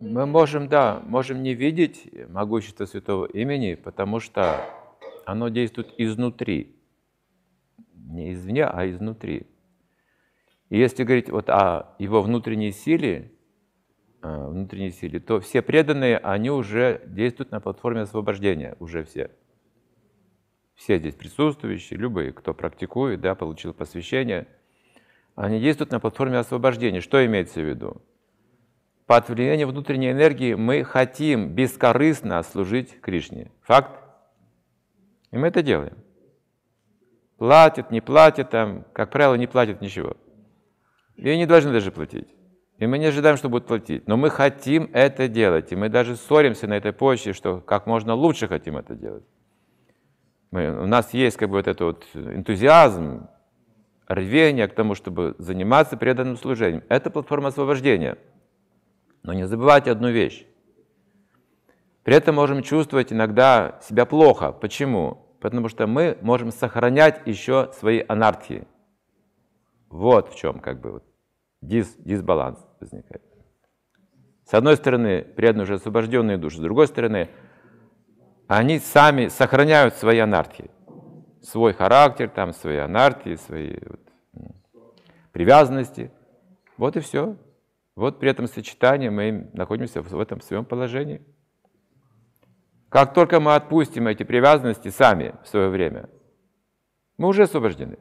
Мы можем, да, можем не видеть могущество святого имени, потому что оно действует изнутри. Не извне, а изнутри. И если говорить вот о его внутренней силе, то все преданные, они уже действуют на платформе освобождения, уже все. Все здесь присутствующие, любые, кто практикует, да, получил посвящение, они действуют на платформе освобождения. Что имеется в виду? Под влиянием внутренней энергии мы хотим бескорыстно служить Кришне. Факт. И мы это делаем. Платят, не платят, там, как правило, не платят ничего. И не должны даже платить. И мы не ожидаем, что будут платить. Но мы хотим это делать. И мы даже ссоримся на этой почве, что как можно лучше хотим это делать. У нас есть как бы вот этот вот энтузиазм, рвение к тому, чтобы заниматься преданным служением. Это платформа освобождения. Но не забывайте одну вещь. При этом можем чувствовать иногда себя плохо. Почему? Потому что мы можем сохранять еще свои анархии. Вот в чем как бы вот дисбаланс возникает. С одной стороны, преданные уже освобожденные души, с другой стороны, они сами сохраняют свои анархии. Свой характер, там, свои анархии, свои привязанности. Вот и все. Вот при этом сочетании мы находимся в этом своем положении. Как только мы отпустим эти привязанности сами в свое время, мы уже освобождены.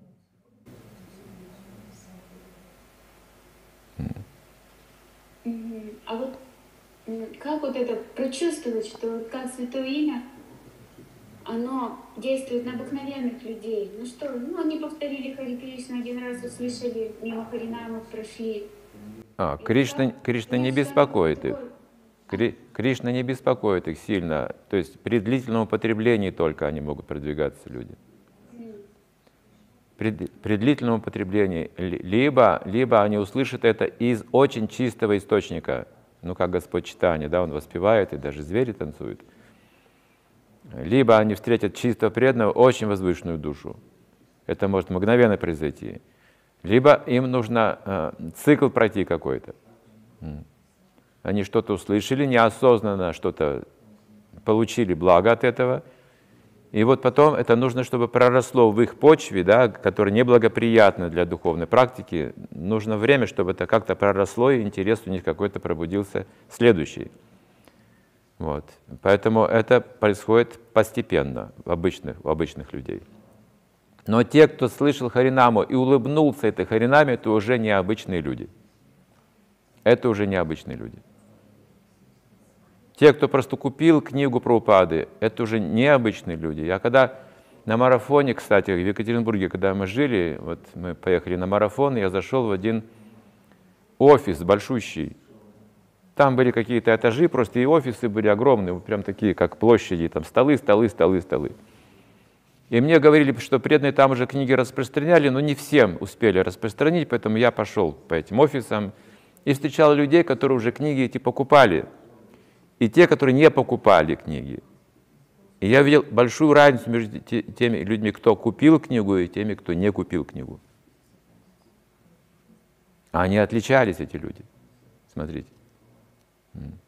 А вот как вот это прочувствовать, что как Святое Имя, оно действует на обыкновенных людей? Ну что, они повторили Хари Кришна один раз, услышали, мимо Харинамов прошли. Кришна не беспокоит их. Кришна не беспокоит их сильно. То есть при длительном употреблении только они могут продвигаться, люди. При длительном употреблении либо они услышат это из очень чистого источника, как Господь Чайтанья, да, Он воспевает, и даже звери танцуют. Либо они встретят чистого преданного, очень возвышенную душу. Это может мгновенно произойти. Либо им нужно цикл пройти какой-то. Они что-то услышали, неосознанно что-то получили благо от этого. И вот потом это нужно, чтобы проросло в их почве, да, которая неблагоприятна для духовной практики. Нужно время, чтобы это как-то проросло, и интерес у них какой-то пробудился следующий. Вот. Поэтому это происходит постепенно у обычных людей. Но те, кто слышал Харинаму и улыбнулся этой Харинаме, это уже необычные люди. Это уже необычные люди. Те, кто просто купил книгу Прабхупады, это уже необычные люди. Я когда на марафоне, кстати, в Екатеринбурге, когда мы жили, вот мы поехали на марафон, я зашел в один офис большущий. Там были какие-то этажи, просто и офисы были огромные, прям такие, как площади, там столы. И мне говорили, что преданные там уже книги распространяли, но не всем успели распространить, поэтому я пошел по этим офисам и встречал людей, которые уже книги эти покупали, и те, которые не покупали книги. И я видел большую разницу между теми людьми, кто купил книгу, и теми, кто не купил книгу. Они отличались, эти люди. Смотрите.